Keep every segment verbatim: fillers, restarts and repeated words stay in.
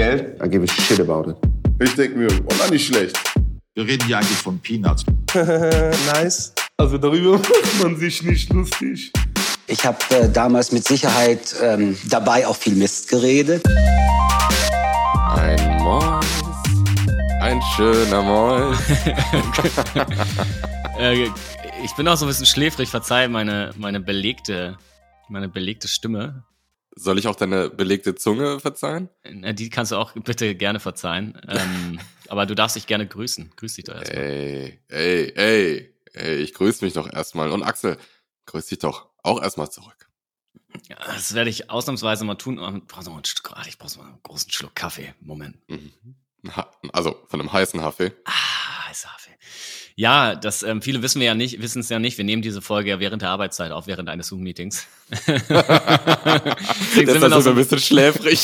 Geld, I give a shit about it. Ich denke mir, oh nein, nicht schlecht. Wir reden hier eigentlich von Peanuts. Nice. Also darüber macht man sich nicht lustig. Ich habe äh, damals mit Sicherheit ähm, dabei auch viel Mist geredet. Ein Mäus, ein schöner Mäus. äh, ich bin auch so ein bisschen schläfrig, verzeih meine, meine belegte, meine belegte Stimme. Soll ich auch deine belegte Zunge verzeihen? Die kannst du auch bitte gerne verzeihen. ähm, aber du darfst dich gerne grüßen. Grüß dich doch erstmal. Ey, ey, ey, ey, ich grüße mich doch erstmal. Und Axel, grüß dich doch auch erstmal zurück. Ja, das werde ich ausnahmsweise mal tun. Ich brauche noch einen, ich brauche mal einen großen Schluck Kaffee. Moment. Mhm. Also von einem heißen Kaffee. Ah, heißer Kaffee. Ja, das ähm, viele wissen wir ja nicht, wissen es ja nicht. Wir nehmen diese Folge ja während der Arbeitszeit auf, während eines Zoom-Meetings. Deswegen sind wir noch so ein bisschen schläfrig.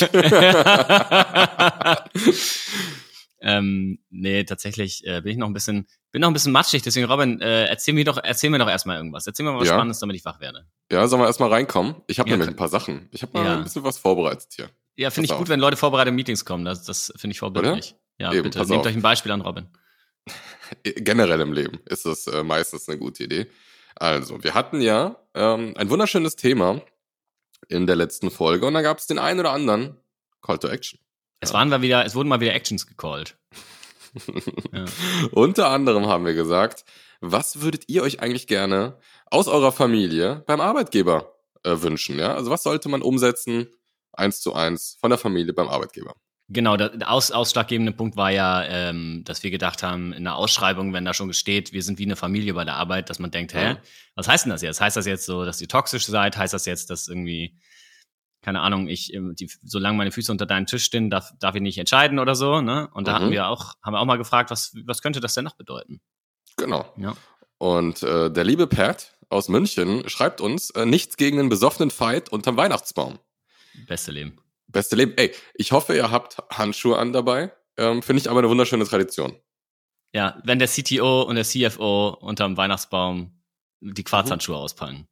ähm, nee, tatsächlich äh, bin ich noch ein bisschen, bin noch ein bisschen matschig. Deswegen, Robin, äh, erzähl mir doch, erzähl mir doch erstmal irgendwas. Erzähl mir mal was ja. Spannendes, damit ich wach werde. Ja, sollen wir erstmal reinkommen? Ich habe ja, nämlich ein paar Sachen. Ich habe mal ja. ein bisschen was vorbereitet hier. Ja, finde ich gut, auf. wenn Leute vorbereitet in Meetings kommen. Das, das finde ich vorbildlich. Ja, Eben, bitte. Nehmt euch ein Beispiel an, Robin. Generell im Leben ist das äh, meistens eine gute Idee. Also, wir hatten ja ähm, ein wunderschönes Thema in der letzten Folge und da gab es den einen oder anderen Call to Action. Es ja. waren mal wieder, es wurden mal wieder Actions gecallt. ja. Unter anderem haben wir gesagt, was würdet ihr euch eigentlich gerne aus eurer Familie beim Arbeitgeber äh, wünschen? Ja? Also was sollte man umsetzen, eins zu eins von der Familie beim Arbeitgeber? Genau, der aus, ausschlaggebende Punkt war ja, ähm, dass wir gedacht haben, in der Ausschreibung, wenn da schon steht, wir sind wie eine Familie bei der Arbeit, dass man denkt, hä, ja. was heißt denn das jetzt? Heißt das jetzt so, dass ihr toxisch seid? Heißt das jetzt, dass irgendwie, keine Ahnung, ich, die, solange meine Füße unter deinem Tisch stehen, darf, darf ich nicht entscheiden oder so, ne? Und da mhm. hatten wir auch, haben wir auch mal gefragt, was, was könnte das denn noch bedeuten? Genau. Ja. Und äh, der liebe Pat aus München schreibt uns, äh, nichts gegen einen besoffenen Fight unterm Weihnachtsbaum. Beste Leben. Beste Leben. Ey, ich hoffe, ihr habt Handschuhe an dabei. Ähm, Finde ich aber eine wunderschöne Tradition. Ja, wenn der C T O und der C F O unterm Weihnachtsbaum die Quarzhandschuhe mhm. auspacken.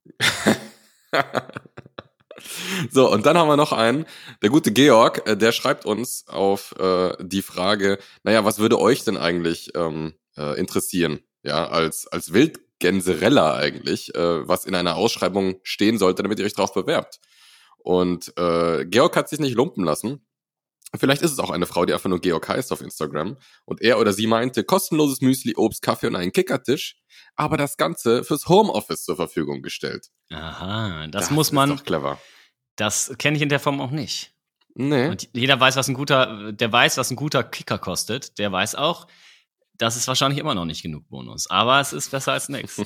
So, und dann haben wir noch einen, der gute Georg, äh, der schreibt uns auf äh, die Frage, naja, was würde euch denn eigentlich ähm, äh, interessieren? Ja, als als Wildgänserella eigentlich, äh, was in einer Ausschreibung stehen sollte, damit ihr euch drauf bewerbt. Und äh, Georg hat sich nicht lumpen lassen. Vielleicht ist es auch eine Frau, die einfach nur Georg heißt auf Instagram. Und er oder sie meinte, kostenloses Müsli, Obst, Kaffee und einen Kickertisch, aber das Ganze fürs Homeoffice zur Verfügung gestellt. Aha, das, das muss man. Das ist doch clever. Das kenne ich in der Form auch nicht. Nee. Und jeder weiß, was ein guter, der weiß, was ein guter Kicker kostet. Der weiß auch, das ist wahrscheinlich immer noch nicht genug Bonus. Aber es ist besser als nix.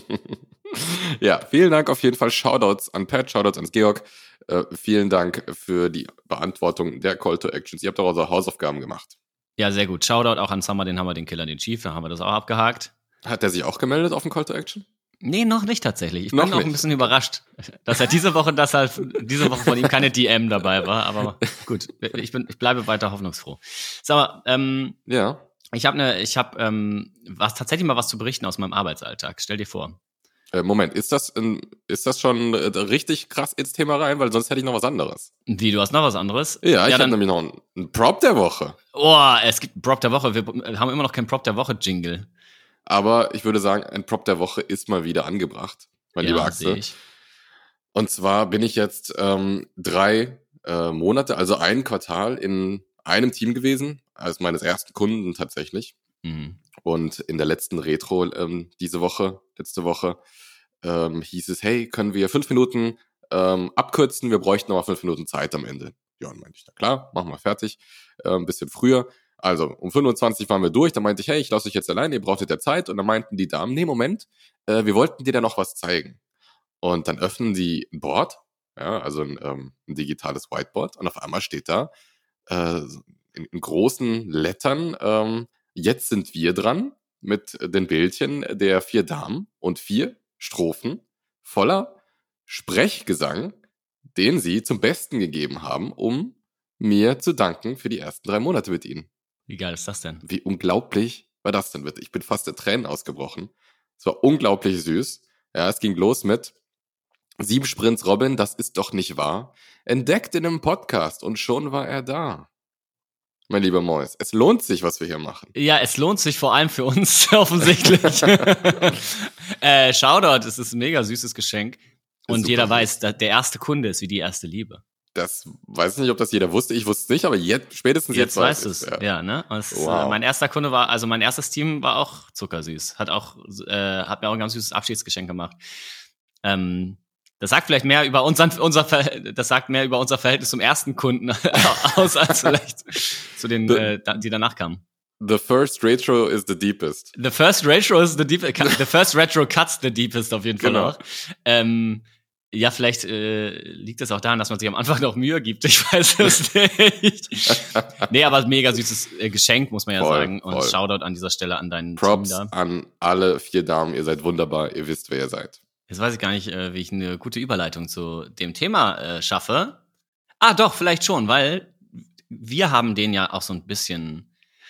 Ja, vielen Dank auf jeden Fall. Shoutouts an Pat, Shoutouts ans Georg. Äh, vielen Dank für die Beantwortung der Call to Actions. Ihr habt auch eure Hausaufgaben gemacht. Ja, sehr gut. Shoutout auch an Summer, den Hammer, den Killer, den Chief. Da haben wir das auch abgehakt. Hat der sich auch gemeldet auf den Call to Action? Nee, noch nicht tatsächlich. Ich noch bin auch nicht. ein bisschen überrascht, dass er diese Woche, dass halt diese Woche von ihm keine D M dabei war. Aber gut, ich bin, ich bleibe weiter hoffnungsfroh. Sag mal, ähm, ja. Ich habe ne, ich habe ähm, was tatsächlich mal was zu berichten aus meinem Arbeitsalltag. Stell dir vor. Äh, Moment, ist das ein, ist das schon äh, richtig krass ins Thema rein, weil sonst hätte ich noch was anderes. Wie, du hast noch was anderes? Ja, ich ja, habe nämlich noch einen, einen Prop der Woche. Oh, es gibt einen Prop der Woche. Wir haben immer noch keinen Prop der Woche Jingle. Aber ich würde sagen, ein Prop der Woche ist mal wieder angebracht, mein ja, lieber Axel. Ich. Und zwar bin ich jetzt ähm, drei äh, Monate, also ein Quartal in einem Team gewesen, als meines ersten Kunden tatsächlich. Mhm. Und in der letzten Retro ähm, diese Woche, letzte Woche, ähm, hieß es, hey, können wir fünf Minuten ähm, abkürzen? Wir bräuchten noch mal fünf Minuten Zeit am Ende. Ja, und meinte ich, na klar, machen wir fertig. Äh, ein bisschen früher. Also, um fünfundzwanzig waren wir durch. Da meinte ich, hey, ich lasse euch jetzt alleine, ihr braucht ja Zeit. Und dann meinten die Damen, nee, Moment, äh, wir wollten dir da noch was zeigen. Und dann öffnen die ein Board, ja, also ein, ähm, ein digitales Whiteboard. Und auf einmal steht da äh, in, in großen Lettern, ähm, jetzt sind wir dran mit den Bildchen der vier Damen und vier Strophen voller Sprechgesang, den sie zum Besten gegeben haben, um mir zu danken für die ersten drei Monate mit ihnen. Wie geil ist das denn? Wie unglaublich war das denn bitte? Ich bin fast der Tränen ausgebrochen. Es war unglaublich süß. Ja, es ging los mit sieben Sprints Robin, das ist doch nicht wahr. Entdeckt in einem Podcast und schon war er da. Mein lieber Mois, es lohnt sich, was wir hier machen. Ja, es lohnt sich vor allem für uns offensichtlich. äh, Shoutout, es ist ein mega süßes Geschenk. Und super jeder süß. weiß, dass der erste Kunde ist wie die erste Liebe. Das weiß nicht, ob das jeder wusste. Ich wusste es nicht, aber jetzt, spätestens jetzt, Jetzt weißt du es. Ja. Ja, ne? Und es, Wow. äh, mein erster Kunde war, also mein erstes Team war auch zuckersüß. Hat auch, äh, hat mir auch ein ganz süßes Abschiedsgeschenk gemacht. Ähm, das sagt vielleicht mehr über unseren, unser, Ver- das sagt mehr über unser Verhältnis zum ersten Kunden aus, als vielleicht zu den, äh, die danach kamen. The first retro is the deepest. The first retro is the deepest, the first retro cuts the deepest auf jeden Fall Genau. auch. Ähm, ja, vielleicht äh, liegt es auch daran, dass man sich am Anfang noch Mühe gibt. Ich weiß es nicht. Nee, aber mega süßes äh, Geschenk, muss man ja Voll, sagen. Und voll. Shoutout an dieser Stelle an deinen Props Team da. an alle vier Damen. Ihr seid wunderbar. Ihr wisst, wer ihr seid. Jetzt weiß ich gar nicht, äh, wie ich eine gute Überleitung zu dem Thema äh, schaffe. Ah, doch, vielleicht schon, weil wir haben denen ja auch so ein bisschen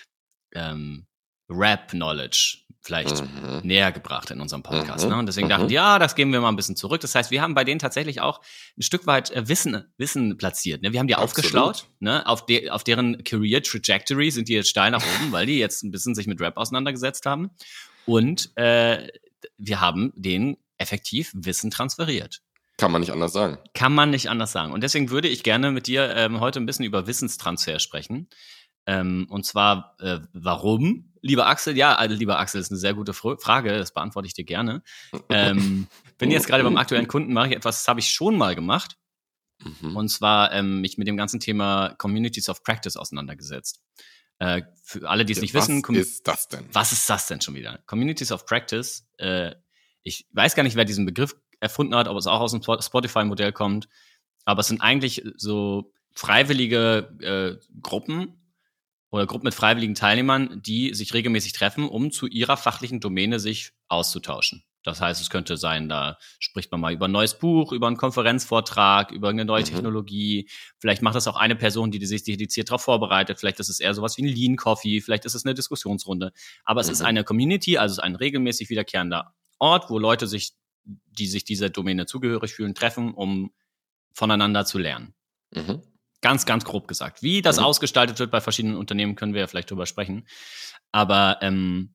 ähm, Rap-Knowledge vielleicht Mhm. näher gebracht in unserem Podcast. Mhm. Ne? Und deswegen Mhm. dachten die, ja, das geben wir mal ein bisschen zurück. Das heißt, wir haben bei denen tatsächlich auch ein Stück weit äh, Wissen, Wissen platziert. Ne? Wir haben die Absolut. aufgeschlaut. Ne? Auf, de auf deren Career Trajectory sind die jetzt steil nach oben, weil die jetzt ein bisschen sich mit Rap auseinandergesetzt haben. Und äh, wir haben denen effektiv Wissen transferiert. Kann man nicht anders sagen. Kann man nicht anders sagen. Und deswegen würde ich gerne mit dir ähm, heute ein bisschen über Wissenstransfer sprechen. Ähm, und zwar, äh, warum? Lieber Axel, ja, also, lieber Axel, ist eine sehr gute Fr- Frage, das beantworte ich dir gerne. Ähm, bin jetzt gerade beim aktuellen Kunden, mache ich etwas, das habe ich schon mal gemacht. Mhm. Und zwar ähm, mich mit dem ganzen Thema Communities of Practice auseinandergesetzt. Äh, für alle, die es Ja, nicht was wissen, Com- ist das denn? was ist das denn schon wieder? Communities of Practice, äh, ich weiß gar nicht, wer diesen Begriff erfunden hat, ob es auch aus dem Spotify-Modell kommt, aber es sind eigentlich so freiwillige äh, Gruppen oder Gruppen mit freiwilligen Teilnehmern, die sich regelmäßig treffen, um zu ihrer fachlichen Domäne sich auszutauschen. Das heißt, es könnte sein, da spricht man mal über ein neues Buch, über einen Konferenzvortrag, über eine neue Mhm. Technologie. Vielleicht macht das auch eine Person, die sich dediziert darauf vorbereitet. Vielleicht ist es eher sowas wie ein Lean Coffee. Vielleicht ist es eine Diskussionsrunde. Aber es Mhm. ist eine Community, also es ist ein regelmäßig wiederkehrender Ort, wo Leute sich, die sich dieser Domäne zugehörig fühlen, treffen, um voneinander zu lernen. Mhm. Ganz, ganz grob gesagt. Wie das Mhm. ausgestaltet wird bei verschiedenen Unternehmen, können wir ja vielleicht drüber sprechen. Aber ähm,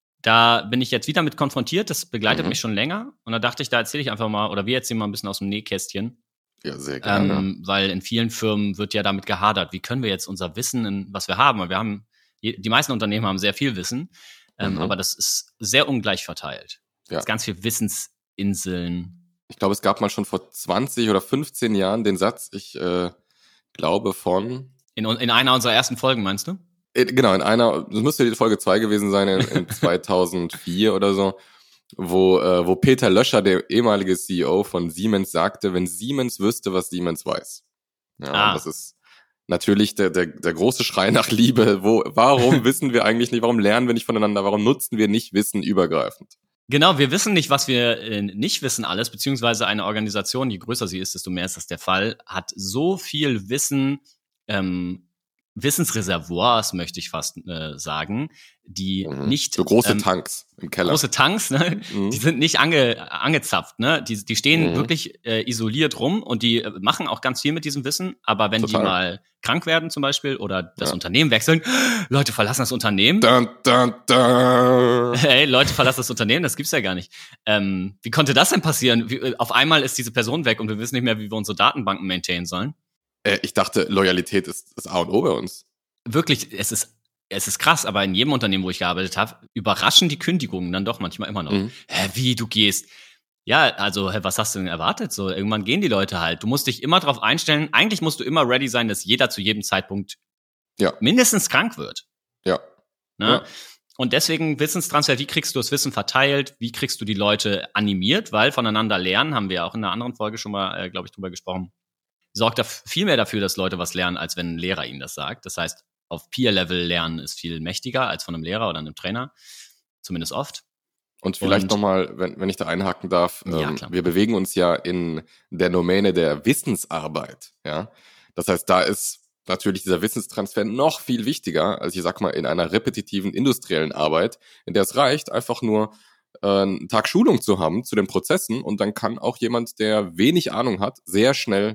da bin ich jetzt wieder mit konfrontiert. Das begleitet Mhm. mich schon länger. Und da dachte ich, da erzähle ich einfach mal, oder wir erzählen mal ein bisschen aus dem Nähkästchen. Ja, sehr gerne. Ähm, weil in vielen Firmen wird ja damit gehadert. Wie können wir jetzt unser Wissen, in, was wir haben? Weil wir haben, die meisten Unternehmen haben sehr viel Wissen, ähm, Mhm. aber das ist sehr ungleich verteilt. Ja. Es ist ganz viel Wissensinseln. Ich glaube, es gab mal schon vor zwanzig oder fünfzehn Jahren den Satz, ich äh, glaube von, In, in einer unserer ersten Folgen, meinst du? äh, genau, in einer, das müsste die Folge zwei gewesen sein, in, in zweitausendvier oder so, wo, äh, wo Peter Löscher, der ehemalige C E O von Siemens, sagte, wenn Siemens wüsste, was Siemens weiß. Ja, Ah. das ist natürlich der, der, der große Schrei nach Liebe. Wo, warum wissen wir eigentlich nicht, warum lernen wir nicht voneinander, warum nutzen wir nicht Wissen übergreifend? Genau, wir wissen nicht, was wir äh, nicht wissen alles, beziehungsweise eine Organisation, je größer sie ist, desto mehr ist das der Fall, hat so viel Wissen, ähm, Wissensreservoirs, möchte ich fast äh, sagen, die Mhm. nicht So große ähm, Tanks im Keller. große Tanks, ne? Mhm. Die sind nicht ange, angezapft, ne? Die, die stehen Mhm. wirklich äh, isoliert rum und die äh, machen auch ganz viel mit diesem Wissen, aber wenn Total. die mal krank werden zum Beispiel oder das Ja. Unternehmen wechseln, Leute verlassen das Unternehmen, Dun, dun, dun. hey, Leute verlassen das Unternehmen, das gibt's ja gar nicht. Ähm, wie konnte das denn passieren? Wie, äh, auf einmal ist diese Person weg und wir wissen nicht mehr, wie wir unsere Datenbanken maintainen sollen. Äh, ich dachte, Loyalität ist das A und O bei uns. Wirklich, es ist, es ist krass, aber in jedem Unternehmen, wo ich gearbeitet habe, überraschen die Kündigungen dann doch manchmal immer noch. Mhm. Hä, wie, du gehst? Ja, also, hä, was hast du denn erwartet? So, irgendwann gehen die Leute halt. Du musst dich immer darauf einstellen. Eigentlich musst du immer ready sein, dass jeder zu jedem Zeitpunkt Ja. mindestens krank wird. Ja. Ne? Ja. Und deswegen Wissenstransfer, wie kriegst du das Wissen verteilt? Wie kriegst du die Leute animiert? Weil voneinander lernen, haben wir ja auch in einer anderen Folge schon mal, äh, glaube ich, drüber gesprochen, sorgt da viel mehr dafür, dass Leute was lernen, als wenn ein Lehrer ihnen das sagt. Das heißt, auf Peer-Level lernen ist viel mächtiger als von einem Lehrer oder einem Trainer. Zumindest oft. Und vielleicht Und- nochmal, wenn, wenn ich da einhaken darf, Ja, ähm, klar. wir bewegen uns ja in der Domäne der Wissensarbeit. Ja, das heißt, da ist natürlich dieser Wissenstransfer noch viel wichtiger, als ich sag mal in einer repetitiven industriellen Arbeit, in der es reicht, einfach nur äh, einen Tag Schulung zu haben zu den Prozessen und dann kann auch jemand, der wenig Ahnung hat, sehr schnell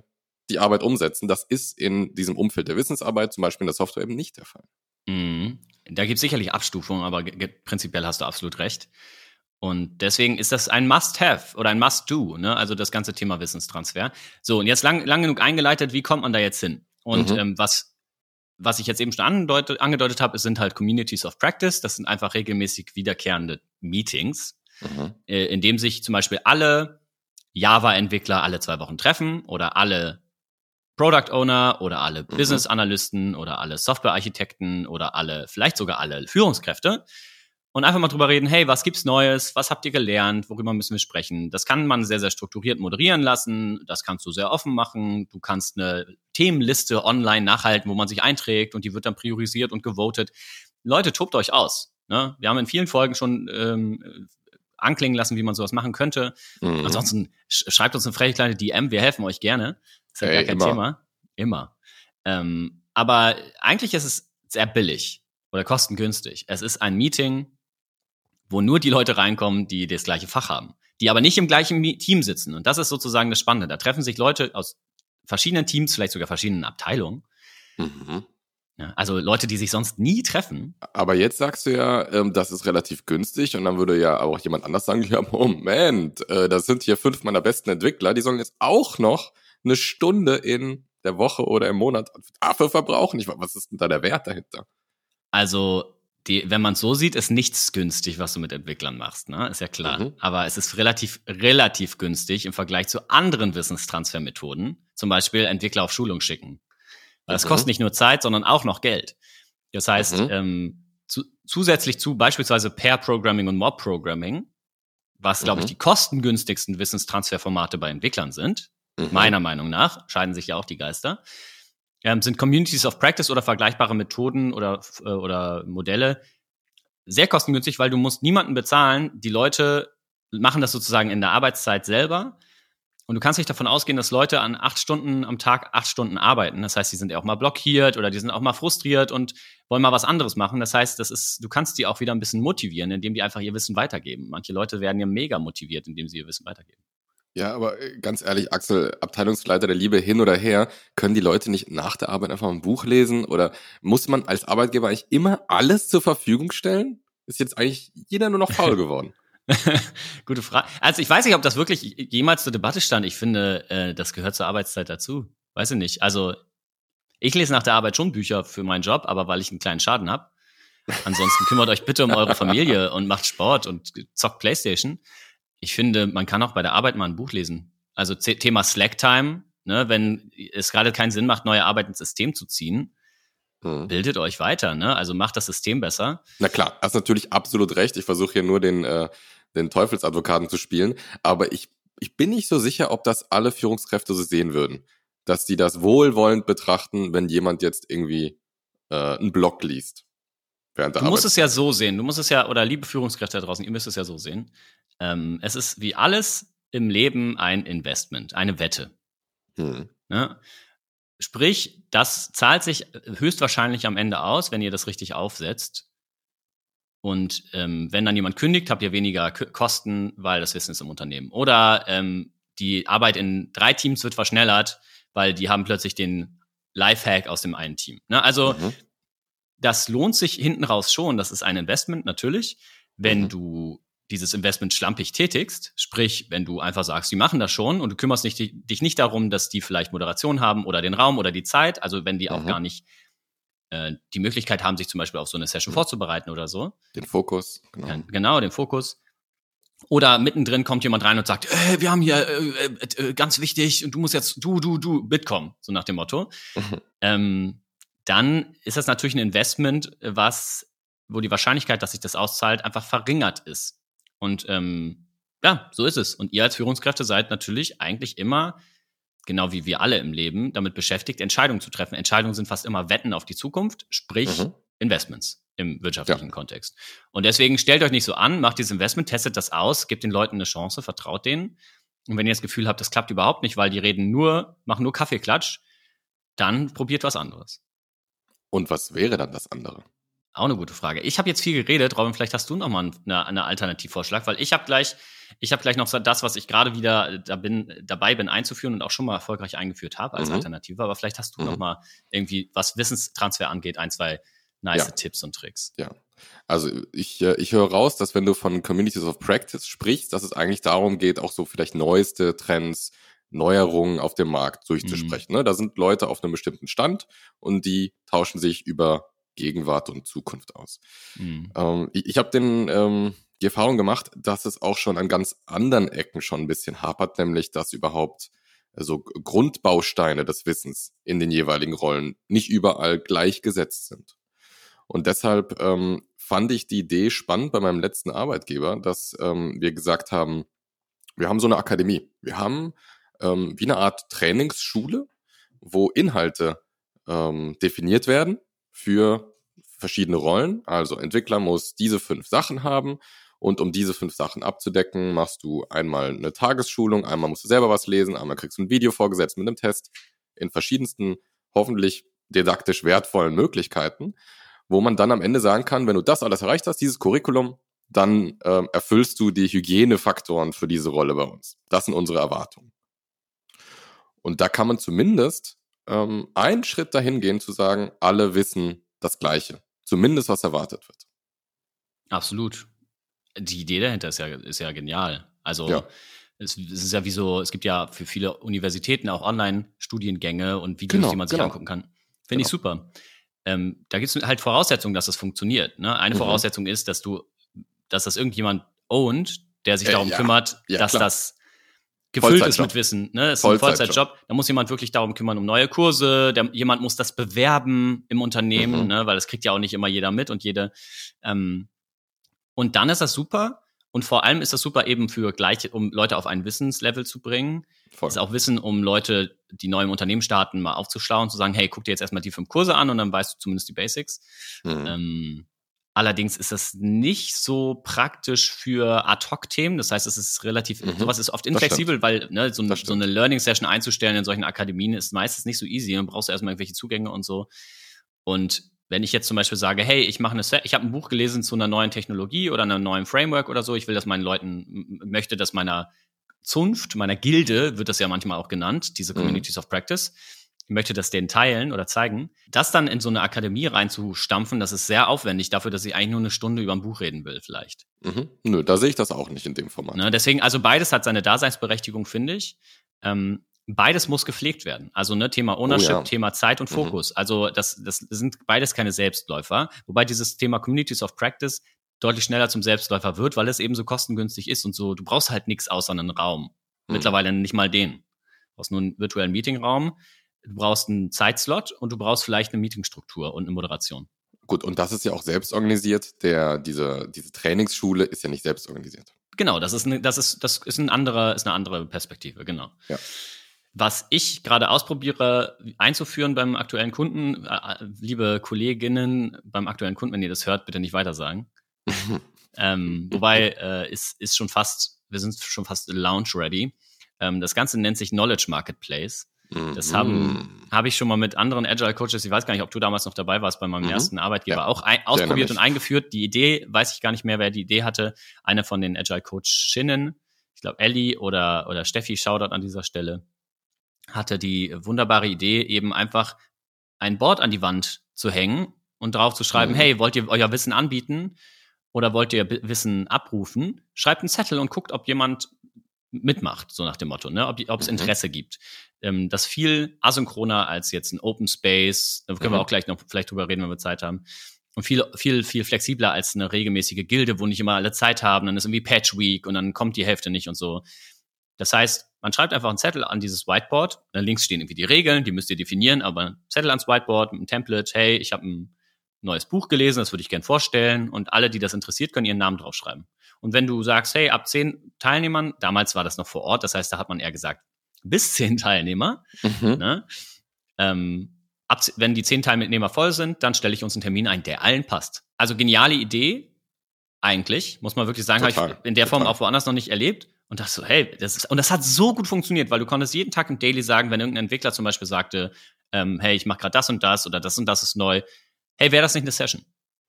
die Arbeit umsetzen. Das ist in diesem Umfeld der Wissensarbeit, zum Beispiel in der Software, eben nicht der Fall. Mhm. Da gibt es sicherlich Abstufungen, aber ge- ge- prinzipiell hast du absolut recht. Und deswegen ist das ein Must-Have oder ein Must-Do, ne? Also das ganze Thema Wissenstransfer. So, und jetzt lang, lang genug eingeleitet, wie kommt man da jetzt hin? Und Mhm. ähm, was, was ich jetzt eben schon angedeutet, angedeutet habe, es sind halt Communities of Practice. Das sind einfach regelmäßig wiederkehrende Meetings, Mhm. äh, in dem sich zum Beispiel alle Java-Entwickler alle zwei Wochen treffen oder alle Product Owner oder alle Mhm. Business Analysten oder alle Software-Architekten oder alle, vielleicht sogar alle Führungskräfte und einfach mal drüber reden, hey, was gibt's Neues, was habt ihr gelernt, worüber müssen wir sprechen? Das kann man sehr, sehr strukturiert moderieren lassen, das kannst du sehr offen machen, du kannst eine Themenliste online nachhalten, wo man sich einträgt und die wird dann priorisiert und gewotet. Leute, tobt euch aus. Ne? Wir haben in vielen Folgen schon ähm, anklingen lassen, wie man sowas machen könnte. Mhm. Ansonsten sch- schreibt uns eine freche kleine D M, wir helfen euch gerne. Das ist ja Ey, gar kein immer. Thema. Immer. Ähm, aber eigentlich ist es sehr billig oder kostengünstig. Es ist ein Meeting, wo nur die Leute reinkommen, die das gleiche Fach haben, die aber nicht im gleichen Mi- Team sitzen. Und das ist sozusagen das Spannende. Da treffen sich Leute aus verschiedenen Teams, vielleicht sogar verschiedenen Abteilungen. Mhm. Ja, also Leute, die sich sonst nie treffen. Aber jetzt sagst du ja, ähm, das ist relativ günstig und dann würde ja auch jemand anders sagen, ja Moment, äh, das sind hier fünf meiner besten Entwickler, die sollen jetzt auch noch eine Stunde in der Woche oder im Monat dafür verbrauchen. Ich meine, was ist denn da der Wert dahinter? Also, die, wenn man es so sieht, ist nichts günstig, was du mit Entwicklern machst, ne? Ist ja klar. Mhm. Aber es ist relativ, relativ günstig im Vergleich zu anderen Wissenstransfermethoden. Zum Beispiel Entwickler auf Schulung schicken. Weil das Mhm. kostet nicht nur Zeit, sondern auch noch Geld. Das heißt, Mhm. ähm, zu, zusätzlich zu beispielsweise Pair-Programming und Mob-Programming, was, glaube Mhm. ich, die kostengünstigsten Wissenstransferformate bei Entwicklern sind, Mhm. meiner Meinung nach, scheiden sich ja auch die Geister, ähm, sind Communities of Practice oder vergleichbare Methoden oder, äh, oder Modelle sehr kostengünstig, weil du musst niemanden bezahlen. Die Leute machen das sozusagen in der Arbeitszeit selber. Und du kannst nicht davon ausgehen, dass Leute an acht Stunden am Tag acht Stunden arbeiten. Das heißt, die sind ja auch mal blockiert oder die sind auch mal frustriert und wollen mal was anderes machen. Das heißt, das ist, du kannst die auch wieder ein bisschen motivieren, indem die einfach ihr Wissen weitergeben. Manche Leute werden ja mega motiviert, indem sie ihr Wissen weitergeben. Ja, aber äh, ganz ehrlich, Axel, Abteilungsleiter der Liebe hin oder her, können die Leute nicht nach der Arbeit einfach ein Buch lesen? Oder muss man als Arbeitgeber eigentlich immer alles zur Verfügung stellen? Ist jetzt eigentlich jeder nur noch faul geworden? Gute Frage. Also ich weiß nicht, ob das wirklich jemals zur Debatte stand. Ich finde, äh, das gehört zur Arbeitszeit dazu. Weiß ich nicht. Also ich lese nach der Arbeit schon Bücher für meinen Job, aber weil ich einen kleinen Schaden habe. Ansonsten kümmert euch bitte um eure Familie und macht Sport und zockt Playstation. Ich finde, man kann auch bei der Arbeit mal ein Buch lesen. Also Z- Thema Slack-Time, ne, wenn es gerade keinen Sinn macht, neue Arbeit ins System zu ziehen, Hm. bildet euch weiter, ne? Also macht das System besser. Na klar, hast natürlich absolut recht. Ich versuche hier nur den, äh, den Teufelsadvokaten zu spielen. Aber ich, ich bin nicht so sicher, ob das alle Führungskräfte so sehen würden. Dass die das wohlwollend betrachten, wenn jemand jetzt irgendwie äh, einen Blog liest. Während der Du musst Arbeit. es ja so sehen. Du musst es ja, oder liebe Führungskräfte da draußen, ihr müsst es ja so sehen. Ähm, es ist wie alles im Leben ein Investment, eine Wette. Hm. Ne? Sprich, das zahlt sich höchstwahrscheinlich am Ende aus, wenn ihr das richtig aufsetzt. Und ähm, wenn dann jemand kündigt, habt ihr weniger K- Kosten, weil das Wissen ist im Unternehmen. Oder ähm, die Arbeit in drei Teams wird verschnellert, weil die haben plötzlich den Lifehack aus dem einen Team. Ne? Also Mhm. das lohnt sich hinten raus schon. Das ist ein Investment natürlich, wenn Mhm. du dieses Investment schlampig tätigst, sprich, wenn du einfach sagst, die machen das schon und du kümmerst nicht, dich nicht darum, dass die vielleicht Moderation haben oder den Raum oder die Zeit, also wenn die auch Mhm. gar nicht äh, die Möglichkeit haben, sich zum Beispiel auf so eine Session Mhm. vorzubereiten oder so. Den Fokus, genau. Ja, genau, den Fokus. Oder mittendrin kommt jemand rein und sagt, äh, wir haben hier äh, äh, äh, ganz wichtig und du musst jetzt du, du, du mitkommen, so nach dem Motto. Mhm. Ähm, dann ist das natürlich ein Investment, was, wo die Wahrscheinlichkeit, dass sich das auszahlt, einfach verringert ist. Und ähm, ja, so ist es. Und ihr als Führungskräfte seid natürlich eigentlich immer, genau wie wir alle im Leben, damit beschäftigt, Entscheidungen zu treffen. Entscheidungen sind fast immer Wetten auf die Zukunft, sprich Mhm. Investments im wirtschaftlichen Kontext. Und deswegen stellt euch nicht so an, macht dieses Investment, testet das aus, gebt den Leuten eine Chance, vertraut denen. Und wenn ihr das Gefühl habt, das klappt überhaupt nicht, weil die reden nur, machen nur Kaffeeklatsch, dann probiert was anderes. Und was wäre dann das andere? Auch eine gute Frage. Ich habe jetzt viel geredet, Robin, vielleicht hast du noch mal einen eine Alternativvorschlag, weil ich habe gleich, ich habe gleich noch so das, was ich gerade wieder da bin, dabei bin einzuführen und auch schon mal erfolgreich eingeführt habe als Mhm. Alternative. Aber vielleicht hast du Mhm. noch mal irgendwie, was Wissenstransfer angeht, ein, zwei nice Ja. Tipps und Tricks. Ja, also ich, äh, ich höre raus, dass wenn du von Communities of Practice sprichst, dass es eigentlich darum geht, auch so vielleicht neueste Trends, Neuerungen auf dem Markt durchzusprechen. Ne? Da sind Leute auf einem bestimmten Stand und die tauschen sich über Gegenwart und Zukunft aus. Mhm. Ähm, ich ich habe den ähm, die Erfahrung gemacht, dass es auch schon an ganz anderen Ecken schon ein bisschen hapert, nämlich dass überhaupt so Grundbausteine des Wissens in den jeweiligen Rollen nicht überall gleichgesetzt sind. Und deshalb ähm, fand ich die Idee spannend bei meinem letzten Arbeitgeber, dass ähm, wir gesagt haben, wir haben so eine Akademie. Wir haben ähm, wie eine Art Trainingsschule, wo Inhalte ähm, definiert werden für verschiedene Rollen. Also Entwickler muss diese fünf Sachen haben und um diese fünf Sachen abzudecken, machst du einmal eine Tagesschulung, einmal musst du selber was lesen, einmal kriegst du ein Video vorgesetzt mit einem Test in verschiedensten, hoffentlich didaktisch wertvollen Möglichkeiten, wo man dann am Ende sagen kann, wenn du das alles erreicht hast, dieses Curriculum, dann ähm, erfüllst du die Hygienefaktoren für diese Rolle bei uns. Das sind unsere Erwartungen. Und da kann man zumindest ähm, einen Schritt dahin gehen, zu sagen, alle wissen das Gleiche. Zumindest, was erwartet wird. Absolut. Die Idee dahinter ist ja, ist ja genial. Also Ja. es, es ist ja wie so, es gibt ja für viele Universitäten auch Online-Studiengänge und Videos, Genau, die man sich genau. angucken kann. Finde Genau. ich super. Ähm, da gibt es halt Voraussetzungen, dass das funktioniert. Ne? Eine Mhm. Voraussetzung ist, dass du, dass das irgendjemand ownt, der sich Äh, darum ja. kümmert, Ja, dass klar. das gefüllt ist Vollzeitjob. mit Wissen. Ne? Das ist ein Vollzeitjob. Vollzeitjob. Da muss jemand wirklich darum kümmern, um neue Kurse. Der, jemand muss das bewerben im Unternehmen, Mhm. ne? Weil das kriegt ja auch nicht immer jeder mit und jede. Ähm, und dann ist das super. Und vor allem ist das super eben für gleiche, um Leute auf ein Wissenslevel zu bringen. Voll. Das ist auch Wissen, um Leute, die neu im Unternehmen starten, mal aufzuschlauen, zu sagen, hey, guck dir jetzt erstmal die fünf Kurse an und dann weißt du zumindest die Basics. Mhm. Ähm, allerdings ist das nicht so praktisch für Ad-Hoc-Themen. Das heißt, es ist relativ, Mhm. sowas ist oft Das inflexibel, weil ne, so, Das so stimmt. eine Learning-Session einzustellen in solchen Akademien ist meistens nicht so easy. Dann brauchst du erstmal irgendwelche Zugänge und so. Und wenn ich jetzt zum Beispiel sage, hey, ich mache eine, Se- ich habe ein Buch gelesen zu einer neuen Technologie oder einem neuen Framework oder so, ich will das meinen Leuten, m- möchte, dass meiner Zunft, meiner Gilde, wird das ja manchmal auch genannt, diese Mhm. Communities of Practice, ich möchte das denen teilen oder zeigen, das dann in so eine Akademie reinzustampfen, das ist sehr aufwendig dafür, dass ich eigentlich nur eine Stunde über ein Buch reden will vielleicht. Mhm. Nö, da sehe ich das auch nicht in dem Format. Ne, deswegen, also beides hat seine Daseinsberechtigung, finde ich. Ähm, beides muss gepflegt werden. Also ne, Thema Ownership, Oh ja. Thema Zeit und Mhm. Fokus. Also das, das sind beides keine Selbstläufer. Wobei dieses Thema Communities of Practice deutlich schneller zum Selbstläufer wird, weil es eben so kostengünstig ist und so. Du brauchst halt nichts außer einen Raum. Mhm. Mittlerweile nicht mal den. Du brauchst nur einen virtuellen Meetingraum, du brauchst einen Zeitslot und du brauchst vielleicht eine Meetingstruktur und eine Moderation. Gut, und das ist ja auch selbst organisiert. Der, diese, diese Trainingsschule ist ja nicht selbst organisiert. Genau, das ist eine, das ist, das ist ein anderer, ist eine andere Perspektive, genau. Ja. Was ich gerade ausprobiere einzuführen beim aktuellen Kunden, äh, liebe Kolleginnen beim aktuellen Kunden, wenn ihr das hört, bitte nicht weiter sagen. ähm, wobei äh, ist, ist schon fast, wir sind schon fast launch ready. Ähm, das Ganze nennt sich Knowledge Marketplace. Das haben habe ich schon mal mit anderen Agile Coaches, ich weiß gar nicht, ob du damals noch dabei warst bei meinem Mhm. ersten Arbeitgeber, Ja. auch ein, erinnere ausprobiert mich. und eingeführt. Die Idee, weiß ich gar nicht mehr, wer die Idee hatte. Eine von den Agile Coachinnen, ich glaube Ellie oder oder Steffi, Shoutout an dieser Stelle, hatte die wunderbare Idee, eben einfach ein Board an die Wand zu hängen und drauf zu schreiben, Mhm. hey, wollt ihr euer Wissen anbieten oder wollt ihr B- Wissen abrufen? Schreibt einen Zettel und guckt, ob jemand mitmacht, so nach dem Motto, ne? ob ob es Mhm. Interesse gibt. Ähm, das viel asynchroner als jetzt ein Open Space, da können Mhm. wir auch gleich noch vielleicht drüber reden, wenn wir Zeit haben. Und viel, viel, viel flexibler als eine regelmäßige Gilde, wo nicht immer alle Zeit haben, dann ist irgendwie Patch Week und dann kommt die Hälfte nicht und so. Das heißt, man schreibt einfach einen Zettel an dieses Whiteboard, da links stehen irgendwie die Regeln, die müsst ihr definieren, aber ein Zettel ans Whiteboard mit einem Template, hey, ich habe ein neues Buch gelesen, das würde ich gern vorstellen und alle, die das interessiert, können ihren Namen draufschreiben. Und wenn du sagst, hey, ab zehn Teilnehmern, damals war das noch vor Ort, das heißt, da hat man eher gesagt, bis zehn Teilnehmer, Mhm. ne? ähm, ab, wenn die zehn Teilnehmer voll sind, dann stelle ich uns einen Termin ein, der allen passt. Also geniale Idee, eigentlich, muss man wirklich sagen, habe Total, ich in der Form total. auch woanders noch nicht erlebt. Und dachte so, hey, das ist, und das hat so gut funktioniert, weil du konntest jeden Tag im Daily sagen, wenn irgendein Entwickler zum Beispiel sagte, ähm, hey, ich mache gerade das und das oder das und das ist neu, hey, wäre das nicht eine Session?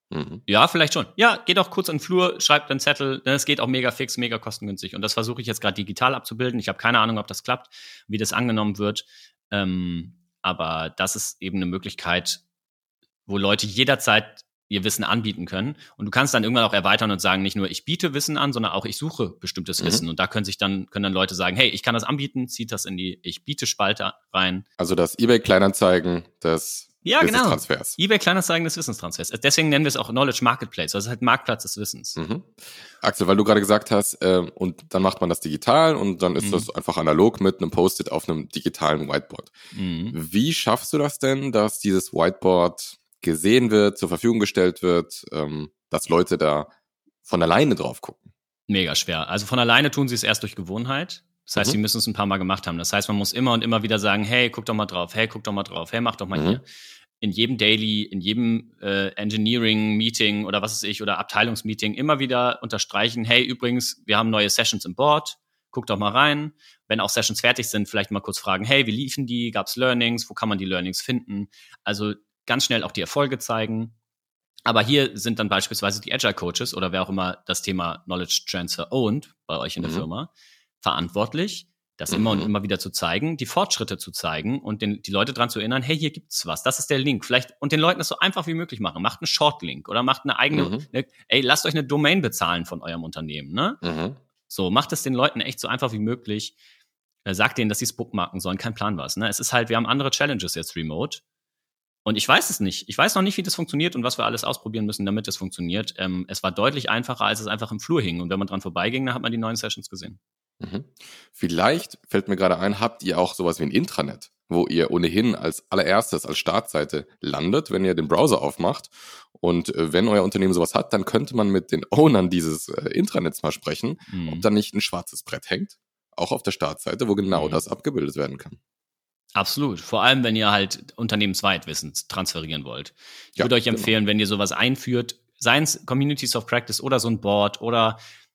Mhm. Ja, vielleicht schon. Ja, geht auch kurz in den Flur, schreibt einen Zettel. Es geht auch mega fix, mega kostengünstig. Und das versuche ich jetzt gerade digital abzubilden. Ich habe keine Ahnung, ob das klappt, wie das angenommen wird. Ähm, aber das ist eben eine Möglichkeit, wo Leute jederzeit ihr Wissen anbieten können. Und du kannst dann irgendwann auch erweitern und sagen, nicht nur ich biete Wissen an, sondern auch ich suche bestimmtes mhm. Wissen. Und da können sich dann, können dann Leute sagen, hey, ich kann das anbieten, zieht das in die ich biete Spalte rein. Also das eBay Kleinanzeigen des ja, genau. Wissenstransfers. eBay Kleinanzeigen des Wissenstransfers. Deswegen nennen wir es auch Knowledge Marketplace. Also halt Marktplatz des Wissens. Mhm. Axel, weil du gerade gesagt hast, ähm, und dann macht man das digital und dann ist mhm. das einfach analog mit einem Post-it auf einem digitalen Whiteboard. Mhm. Wie schaffst du das denn, dass dieses Whiteboard gesehen wird, zur Verfügung gestellt wird, ähm, dass Leute da von alleine drauf gucken? Mega schwer. Also von alleine tun sie es erst durch Gewohnheit. Das heißt, mhm. sie müssen es ein paar Mal gemacht haben. Das heißt, man muss immer und immer wieder sagen, hey, guck doch mal drauf, hey, guck doch mal drauf, hey, mach doch mal mhm. hier. In jedem Daily, in jedem äh, Engineering-Meeting oder was weiß ich, oder Abteilungsmeeting immer wieder unterstreichen, hey, übrigens, wir haben neue Sessions im Board, guck doch mal rein. Wenn auch Sessions fertig sind, vielleicht mal kurz fragen, hey, wie liefen die, gab's Learnings, wo kann man die Learnings finden? Also ganz schnell auch die Erfolge zeigen. Aber hier sind dann beispielsweise die Agile Coaches oder wer auch immer das Thema Knowledge Transfer owned bei euch in der mhm. Firma verantwortlich, das mhm. immer und immer wieder zu zeigen, die Fortschritte zu zeigen und den, die Leute dran zu erinnern, hey, hier gibt's was, das ist der Link. Vielleicht und den Leuten das so einfach wie möglich machen. Macht einen Short-Link oder macht eine eigene, mhm. ne, ey, lasst euch eine Domain bezahlen von eurem Unternehmen, ne? Mhm. So, macht es den Leuten echt so einfach wie möglich. Äh, sagt denen, dass sie es bookmarken sollen, kein Plan was, ne? Es ist halt, wir haben andere Challenges jetzt remote. Und ich weiß es nicht. Ich weiß noch nicht, wie das funktioniert und was wir alles ausprobieren müssen, damit es funktioniert. Ähm, es war deutlich einfacher, als es einfach im Flur hing. Und wenn man dran vorbeiging, dann hat man die neuen Sessions gesehen. Mhm. Vielleicht fällt mir gerade ein, habt ihr auch sowas wie ein Intranet, wo ihr ohnehin als allererstes, als Startseite landet, wenn ihr den Browser aufmacht. Und äh, wenn euer Unternehmen sowas hat, dann könnte man mit den Ownern dieses äh, Intranets mal sprechen, mhm. ob da nicht ein schwarzes Brett hängt, auch auf der Startseite, wo genau mhm. das abgebildet werden kann. Absolut. Vor allem, wenn ihr halt unternehmensweit Wissen transferieren wollt. Ich ja, würde euch empfehlen, genau. wenn ihr sowas einführt, seien es Communities of Practice oder so ein Board oder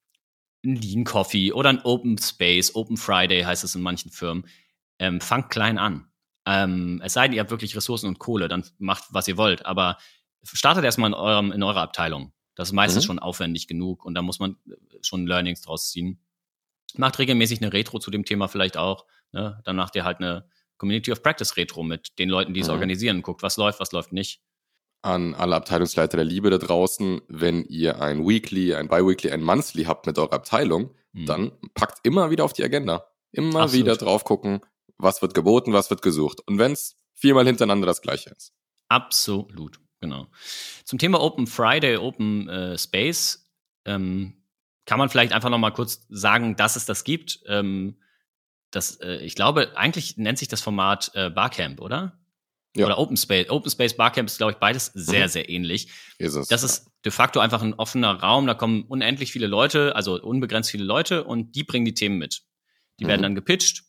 ein Lean Coffee oder ein Open Space, Open Friday heißt es in manchen Firmen, ähm, fangt klein an. Ähm, es sei denn, ihr habt wirklich Ressourcen und Kohle, dann macht, was ihr wollt. Aber startet erstmal in, eurem, in eurer Abteilung. Das ist meistens mhm. schon aufwendig genug und da muss man schon Learnings draus ziehen. Macht regelmäßig eine Retro zu dem Thema vielleicht auch. Ne? Dann macht ihr halt eine Community of Practice Retro mit den Leuten, die es mhm. organisieren. Guckt, was läuft, was läuft nicht. An alle Abteilungsleiter der Liebe da draußen, wenn ihr ein Weekly, ein Biweekly, ein Monthly habt mit eurer Abteilung, mhm. dann packt immer wieder auf die Agenda. Immer Absolut. Wieder drauf gucken, was wird geboten, was wird gesucht. Und wenn es viermal hintereinander das Gleiche ist. Absolut, genau. Zum Thema Open Friday, Open äh, Space, ähm, kann man vielleicht einfach noch mal kurz sagen, dass es das gibt. Ähm, das, äh, ich glaube, eigentlich nennt sich das Format äh, Barcamp, oder? Ja. Oder Open Space. Open Space Barcamp ist, glaube ich, beides sehr, mhm. sehr ähnlich. Ist es, das ja. ist de facto einfach ein offener Raum. Da kommen unendlich viele Leute, also unbegrenzt viele Leute und die bringen die Themen mit. Die mhm. werden dann gepitcht,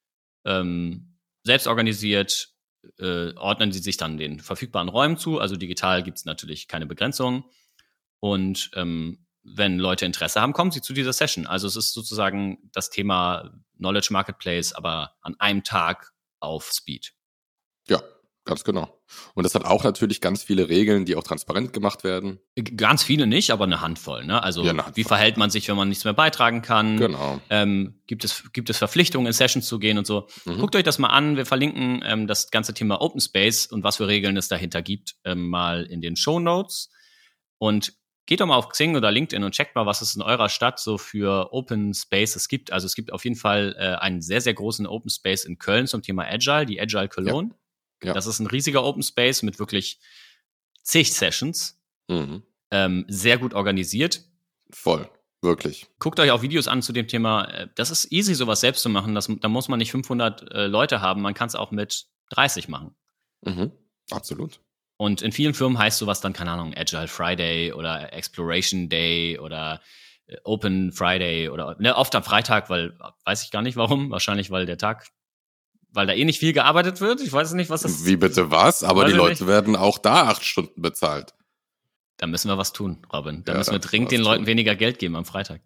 ähm, selbst organisiert, äh, ordnen sie sich dann den verfügbaren Räumen zu. Also digital gibt es natürlich keine Begrenzungen. Und ähm, wenn Leute Interesse haben, kommen sie zu dieser Session. Also es ist sozusagen das Thema Knowledge Marketplace, aber an einem Tag auf Speed. Ja. Ganz genau. Und das hat auch natürlich ganz viele Regeln, die auch transparent gemacht werden. Ganz viele nicht, aber eine Handvoll. Ne? Also ja, Handvoll. Wie verhält man sich, wenn man nichts mehr beitragen kann? Genau. Ähm, gibt es gibt es Verpflichtungen, in Sessions zu gehen und so? Mhm. Guckt euch das mal an. Wir verlinken ähm, das ganze Thema Open Space und was für Regeln es dahinter gibt, ähm, mal in den Shownotes. Und geht doch mal auf Xing oder LinkedIn und checkt mal, was es in eurer Stadt so für Open Spaces gibt. Also es gibt auf jeden Fall äh, einen sehr, sehr großen Open Space in Köln zum Thema Agile, die Agile Cologne. Ja. Ja. Das ist ein riesiger Open Space mit wirklich zig Sessions. Mhm. Ähm, sehr gut organisiert. Voll, wirklich. Guckt euch auch Videos an zu dem Thema. Das ist easy, sowas selbst zu machen. Das, da muss man nicht fünfhundert äh, Leute haben. Man kann es auch mit dreißig machen. Mhm. Absolut. Und in vielen Firmen heißt sowas dann, keine Ahnung, Agile Friday oder Exploration Day oder äh, Open Friday oder ne, oft am Freitag, weil, weiß ich gar nicht warum. Wahrscheinlich, weil der Tag... Weil da eh nicht viel gearbeitet wird. Ich weiß nicht, was das... Wie bitte was? Aber die Leute nicht. Werden auch da acht Stunden bezahlt. Da müssen wir was tun, Robin. Da ja, müssen wir dringend den Leuten tun. Weniger Geld geben am Freitag.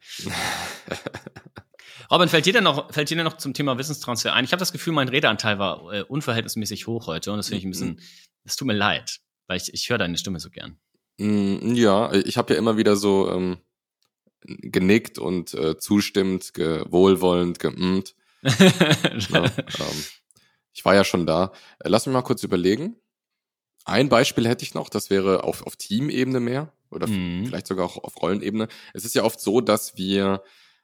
Robin, fällt dir denn noch, fällt dir denn noch zum Thema Wissenstransfer ein? Ich habe das Gefühl, mein Redeanteil war äh, unverhältnismäßig hoch heute und das finde ich ein bisschen... Es tut mir leid, weil ich, ich höre deine Stimme so gern. Mm, ja, ich habe ja immer wieder so ähm, genickt und äh, zustimmend, ge- wohlwollend, gemmt. ja, ähm, ich war ja schon da. Äh, lass mich mal kurz überlegen. Ein Beispiel hätte ich noch, das wäre auf, auf Teamebene mehr oder f- Mhm. vielleicht sogar auch auf Rollenebene. Es ist ja oft so, dass wir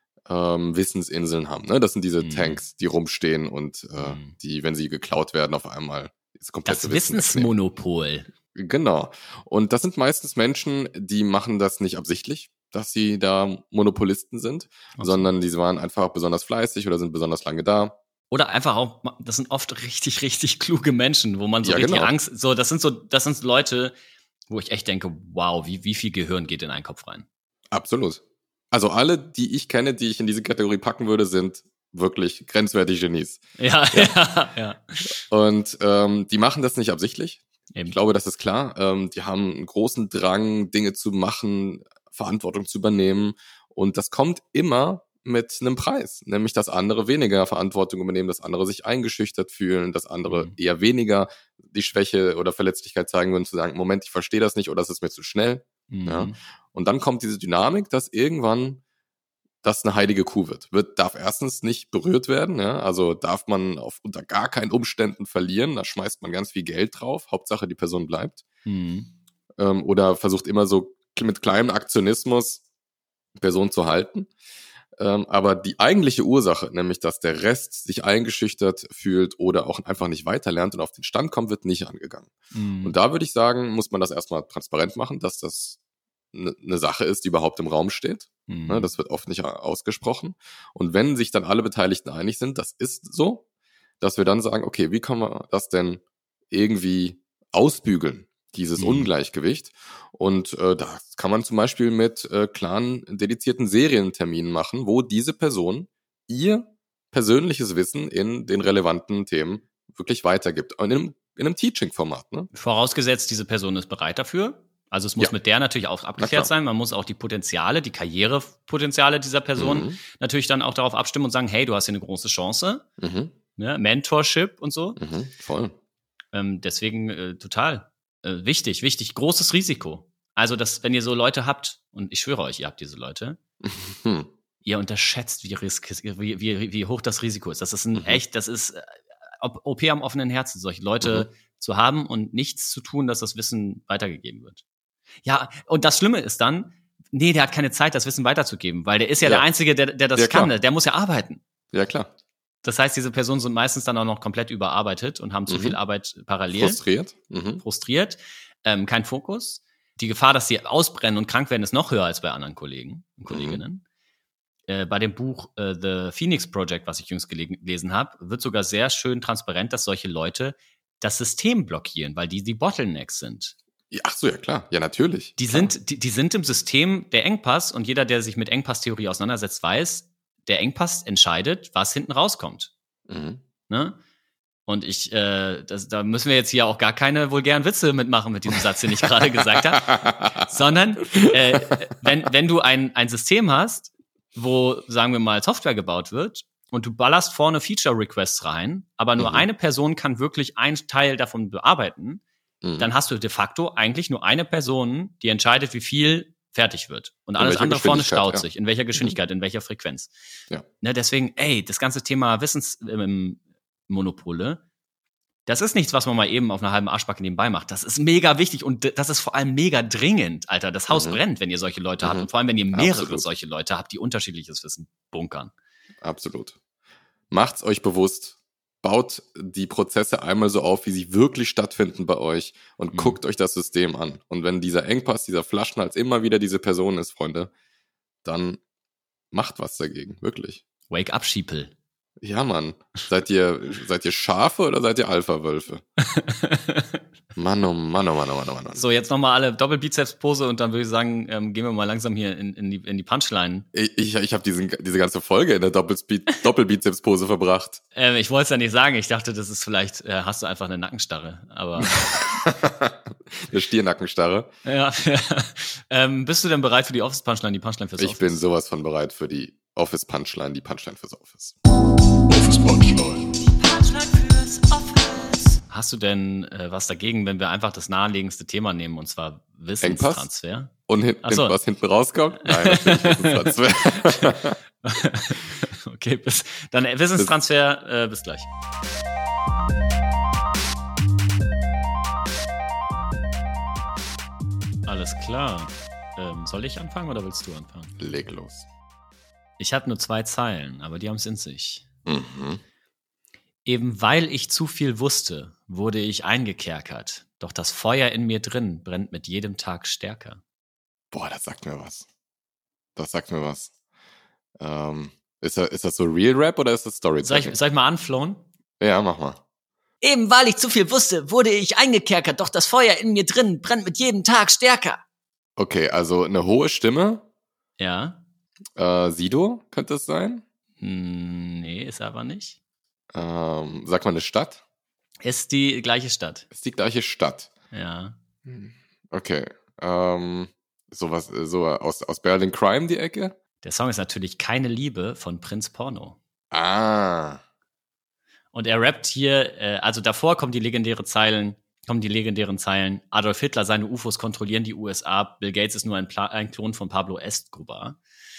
ähm, Wissensinseln haben. Ne? Das sind diese Mhm. Tanks, die rumstehen und äh, Mhm. die, wenn sie geklaut werden, auf einmal das komplette Das Wissen wegnehmen. Wissensmonopol. Genau. Und das sind meistens Menschen, die machen das nicht absichtlich, dass sie da Monopolisten sind, Ach so. sondern die waren einfach besonders fleißig oder sind besonders lange da. Oder einfach auch, das sind oft richtig, richtig kluge Menschen, wo man so Ja, richtig genau. Angst, so, das sind so, das sind Leute, wo ich echt denke, wow, wie, wie viel Gehirn geht in einen Kopf rein? Absolut. Also alle, die ich kenne, die ich in diese Kategorie packen würde, sind wirklich grenzwertige Genies. Ja, ja, ja. Und ähm, die machen das nicht absichtlich. Eben. Ich glaube, das ist klar. Ähm, die haben einen großen Drang, Dinge zu machen, Verantwortung zu übernehmen. Und das kommt immer mit einem Preis, nämlich dass andere weniger Verantwortung übernehmen, dass andere sich eingeschüchtert fühlen, dass andere Mhm. eher weniger die Schwäche oder Verletzlichkeit zeigen würden, zu sagen, Moment, ich verstehe das nicht oder es ist mir zu schnell. Mhm. Ja. Und dann kommt diese Dynamik, dass irgendwann das eine heilige Kuh wird. Wird, darf erstens nicht berührt werden, ja, also darf man auf unter gar keinen Umständen verlieren, da schmeißt man ganz viel Geld drauf, Hauptsache die Person bleibt. Mhm. Ähm, oder versucht immer so mit kleinem Aktionismus die Person zu halten. Ähm, aber die eigentliche Ursache, nämlich dass der Rest sich eingeschüchtert fühlt oder auch einfach nicht weiterlernt und auf den Stand kommt, wird nicht angegangen. Mhm. Und da würde ich sagen, muss man das erstmal transparent machen, dass das eine ne Sache ist, die überhaupt im Raum steht. Mhm. Ne, das wird oft nicht ausgesprochen. Und wenn sich dann alle Beteiligten einig sind, das ist so, dass wir dann sagen, okay, wie kann man das denn irgendwie ausbügeln, dieses Mhm. Ungleichgewicht? Und äh, das kann man zum Beispiel mit äh, klaren, dedizierten Serienterminen machen, wo diese Person ihr persönliches Wissen in den relevanten Themen wirklich weitergibt. Und in einem, in einem Teaching-Format. Ne? Vorausgesetzt, diese Person ist bereit dafür. Also es muss Ja. mit der natürlich auch Na klar. abgeklärt sein. Man muss auch die Potenziale, die Karrierepotenziale dieser Person Mhm. natürlich dann auch darauf abstimmen und sagen, hey, du hast hier eine große Chance. Mhm. Ne? Mentorship und so. Mhm. Voll. Ähm, deswegen äh, total äh, wichtig, wichtig, großes Risiko. Also, dass, wenn ihr so Leute habt, und ich schwöre euch, ihr habt diese Leute, Hm. ihr unterschätzt, wie, risk, wie, wie, wie hoch das Risiko ist. Das ist ein Mhm. echt, das ist äh, O P am offenen Herzen, solche Leute Mhm. zu haben und nichts zu tun, dass das Wissen weitergegeben wird. Ja, und das Schlimme ist dann, nee, der hat keine Zeit, das Wissen weiterzugeben, weil der ist ja, Ja. der Einzige, der, der das Ja, klar. kann, der muss ja arbeiten. Ja, klar. Das heißt, diese Personen sind meistens dann auch noch komplett überarbeitet und haben zu Mhm. viel Arbeit parallel. Frustriert. Mhm. frustriert, ähm, kein Fokus. Die Gefahr, dass sie ausbrennen und krank werden, ist noch höher als bei anderen Kollegen und Kolleginnen. Äh, bei dem Buch äh, The Phoenix Project, was ich jüngst gelegen, gelesen habe, wird sogar sehr schön transparent, dass solche Leute das System blockieren, weil die die Bottlenecks sind. Ja, ach so, ja klar. Ja, natürlich. Die Klar. sind, die, die sind im System der Engpass und jeder, der sich mit Engpasstheorie auseinandersetzt, weiß, der Engpass entscheidet, was hinten rauskommt. Mhm. Ne? Und ich, äh, das, da müssen wir jetzt hier auch gar keine vulgären Witze mitmachen mit diesem Satz, den ich gerade gesagt habe, sondern äh, wenn, wenn du ein, ein System hast, wo, sagen wir mal, Software gebaut wird und du ballerst vorne Feature-Requests rein, aber nur Mhm. eine Person kann wirklich einen Teil davon bearbeiten, Mhm. dann hast du de facto eigentlich nur eine Person, die entscheidet, wie viel fertig wird. Und In alles welcher andere vorne Geschwindigkeit, staut ja. sich. In welcher Geschwindigkeit, in welcher Frequenz. Ja. Ne, deswegen, ey, das ganze Thema Wissensmonopole, das ist nichts, was man mal eben auf einer halben Arschbacke nebenbei macht. Das ist mega wichtig und d- das ist vor allem mega dringend, Alter. Das Haus Mhm. brennt, wenn ihr solche Leute habt. Mhm. Und vor allem, wenn ihr mehrere Absolut. solche Leute habt, die unterschiedliches Wissen bunkern. Absolut. Macht's euch bewusst. Baut die Prozesse einmal so auf, wie sie wirklich stattfinden bei euch und Mhm. guckt euch das System an. Und wenn dieser Engpass, dieser Flaschenhals immer wieder diese Person ist, Freunde, dann macht was dagegen. Wirklich. Wake up, Sheeple. Ja, Mann. Seid ihr, seid ihr Schafe oder seid ihr Alpha-Wölfe? Mann, oh Mann, oh Mann, oh Mann, oh Mann. So, jetzt nochmal alle Doppelbizeps-Pose und dann würde ich sagen, ähm, gehen wir mal langsam hier in, in, die, in die Punchline. Ich, ich, ich habe diese ganze Folge in der Doppelspe- Doppelbizeps-Pose verbracht. Ähm, ich wollte es ja nicht sagen. Ich dachte, das ist vielleicht, äh, hast du einfach eine Nackenstarre. Aber Eine Stirnackenstarre. ja, ja. Ähm, bist du denn bereit für die Office-Punchline, die Punchline fürs Ich Office? bin sowas von bereit für die Office-Punchline, die Punchline fürs Office. Office Punchline. Punchline fürs Office. hast du denn äh, was dagegen, wenn wir einfach das naheliegendste Thema nehmen, und zwar Wissenstransfer? Und hin, Ach so. was hinten rauskommt? Nein, natürlich Wissenstransfer. Okay, bis, dann äh, Wissenstransfer, äh, bis gleich. Alles klar. Ähm, soll ich anfangen oder willst du anfangen? Leg los. Ich habe nur zwei Zeilen, aber die haben es in sich. Mhm. Eben weil ich zu viel wusste, wurde ich eingekerkert. Doch das Feuer in mir drin brennt mit jedem Tag stärker. Boah, das sagt mir was. Das sagt mir was. Ähm, ist, das, ist das so Real Rap oder ist das Soll Storytelling? ich, soll ich mal anflohen? Ja, mach mal. Eben weil ich zu viel wusste, wurde ich eingekerkert. Doch das Feuer in mir drin brennt mit jedem Tag stärker. Okay, also eine hohe Stimme. Ja. Äh, Sido könnte es sein. Hm, nee, ist aber nicht. Ähm, sag mal eine Stadt. Ist die gleiche Stadt. Ist die gleiche Stadt. Ja. Okay. Ähm, sowas, so aus, aus Berlin Crime die Ecke. Der Song ist natürlich Keine Liebe von Prinz Porno. Ah. Und er rappt hier, äh, also davor kommen die legendäre Zeilen, kommen die legendären Zeilen, Adolf Hitler, seine U F Os kontrollieren die U S A, Bill Gates ist nur ein, Pla- ein Klon von Pablo Escobar.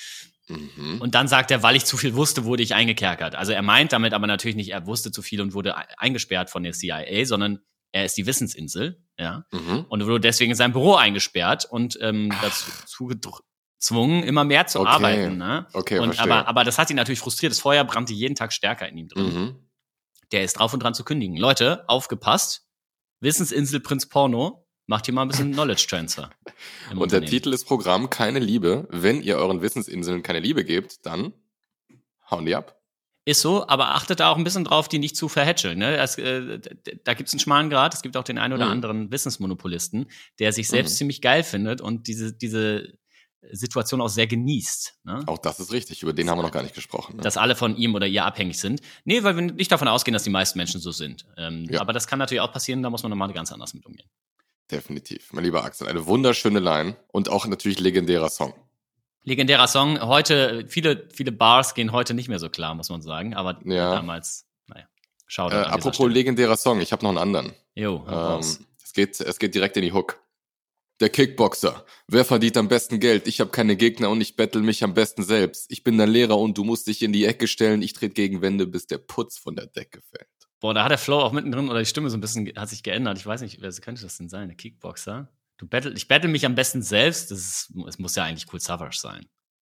Mhm. Und dann sagt er, weil ich zu viel wusste, wurde ich eingekerkert. Also er meint damit aber natürlich nicht, er wusste zu viel und wurde eingesperrt von der C I A, sondern er ist die Wissensinsel, ja, Mhm. und wurde deswegen in sein Büro eingesperrt und ähm, dazu gezwungen, immer mehr zu Okay. arbeiten. Ne? Okay, und, verstehe. aber, aber das hat ihn natürlich frustriert. Das Feuer brannte jeden Tag stärker in ihm drin. Mhm. Der ist drauf und dran zu kündigen. Leute, aufgepasst. Wissensinsel Prinz Porno macht hier mal ein bisschen Knowledge Transfer. im Und der Unternehmen. Titel ist Programm Keine Liebe. Wenn ihr euren Wissensinseln keine Liebe gebt, dann hauen die ab. Ist so, aber achtet da auch ein bisschen drauf, die nicht zu verhätscheln. Ne? Es, äh, da gibt es einen schmalen Grat. Es gibt auch den einen oder Mhm. anderen Wissensmonopolisten, der sich selbst Mhm. ziemlich geil findet und diese, diese Situation auch sehr genießt. Ne? Auch das ist richtig. Über den haben wir noch gar nicht gesprochen. Ne? Dass alle von ihm oder ihr abhängig sind. Nee, weil wir nicht davon ausgehen, dass die meisten Menschen so sind. Ähm, Ja. Aber das kann natürlich auch passieren, da muss man nochmal ganz anders mit umgehen. Definitiv. Mein lieber Axel, eine wunderschöne Line und auch natürlich legendärer Song. Legendärer Song. Heute, viele, viele Bars gehen heute nicht mehr so klar, muss man sagen. Aber Ja. damals, naja, schau Äh, da. apropos legendärer Song, ich habe noch einen anderen. Jo, hau raus. Ähm, es, geht, es geht direkt in die Hook. Der Kickboxer. Wer verdient am besten Geld? Ich habe keine Gegner und ich bettel mich am besten selbst. Ich bin dein Lehrer und du musst dich in die Ecke stellen. Ich trete gegen Wände, bis der Putz von der Decke fällt. Boah, da hat der Flow auch mittendrin oder die Stimme so ein bisschen hat sich geändert. Ich weiß nicht, wer könnte das denn sein? Der Kickboxer? Du battle, ich battle mich am besten selbst. Das ist, es muss ja eigentlich Cool Savage sein.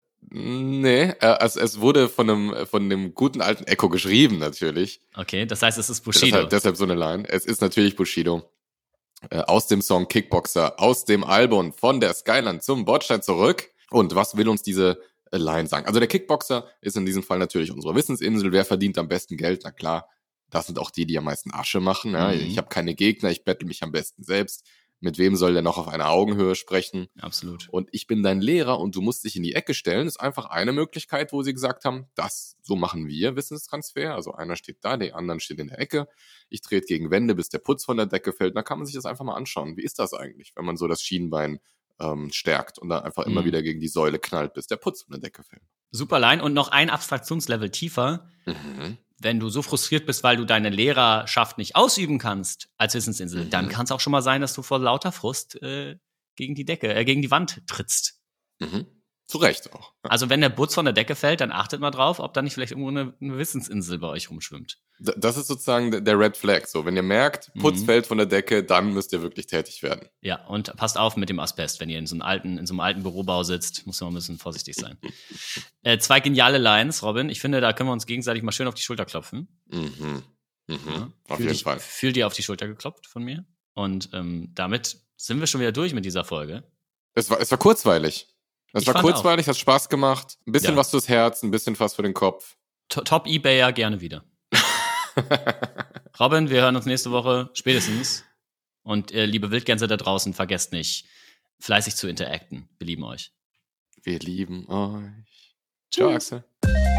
Nee, äh, also es wurde von einem, von dem guten alten Echo geschrieben, natürlich. Okay, das heißt, es ist Bushido. Deshalb, deshalb so eine Line. Es ist natürlich Bushido. Äh, aus dem Song Kickboxer, aus dem Album von der Skyline zum Bordstein zurück. Und was will uns diese äh, Line sagen? Also der Kickboxer ist in diesem Fall natürlich unsere Wissensinsel. Wer verdient am besten Geld? Na klar, das sind auch die, die am meisten Asche machen. Ja? Mhm. Ich habe keine Gegner, ich bettel mich am besten selbst. Mit wem soll der noch auf einer Augenhöhe sprechen? Absolut. Und ich bin dein Lehrer und du musst dich in die Ecke stellen, ist einfach eine Möglichkeit, wo sie gesagt haben, das, so machen wir Wissenstransfer. Also einer steht da, der andere steht in der Ecke. Ich trete gegen Wände, bis der Putz von der Decke fällt. Da kann man sich das einfach mal anschauen. Wie ist das eigentlich, wenn man so das Schienbein ähm, stärkt und dann einfach immer Mhm. wieder gegen die Säule knallt, bis der Putz von der Decke fällt? Super Line und noch ein Abstraktionslevel tiefer. Mhm. Wenn du so frustriert bist, weil du deine Lehrerschaft nicht ausüben kannst als Wissensinsel, Mhm. dann kann es auch schon mal sein, dass du vor lauter Frust äh, gegen die Decke, äh, gegen die Wand trittst. Mhm. Zu Recht auch. Ja. Also wenn der Butz von der Decke fällt, dann achtet mal drauf, ob da nicht vielleicht irgendwo eine, eine Wissensinsel bei euch rumschwimmt. D- Das ist sozusagen der- der Red Flag. So, wenn ihr merkt, Putz Mhm. fällt von der Decke, dann müsst ihr wirklich tätig werden. Ja, und passt auf mit dem Asbest, wenn ihr in so einem alten, in so einem alten Bürobau sitzt, muss man ein bisschen vorsichtig sein. äh, zwei geniale Lines, Robin. Ich finde, da können wir uns gegenseitig mal schön auf die Schulter klopfen. Mhm. Mhm. Ja, Auf fühl jeden dich, Fall. Fühl dir auf die Schulter geklopft von mir. Und ähm, damit sind wir schon wieder durch mit dieser Folge. Es war, es war kurzweilig. Es Ich war fand kurzweilig, hat Spaß gemacht. Ein bisschen Ja. was fürs Herz, ein bisschen was für den Kopf. To- Top Ebayer gerne wieder. Robin, wir hören uns nächste Woche spätestens. Und äh, liebe Wildgänse da draußen, vergesst nicht, fleißig zu interacten. Wir lieben euch. Wir lieben euch. Ciao, Axel.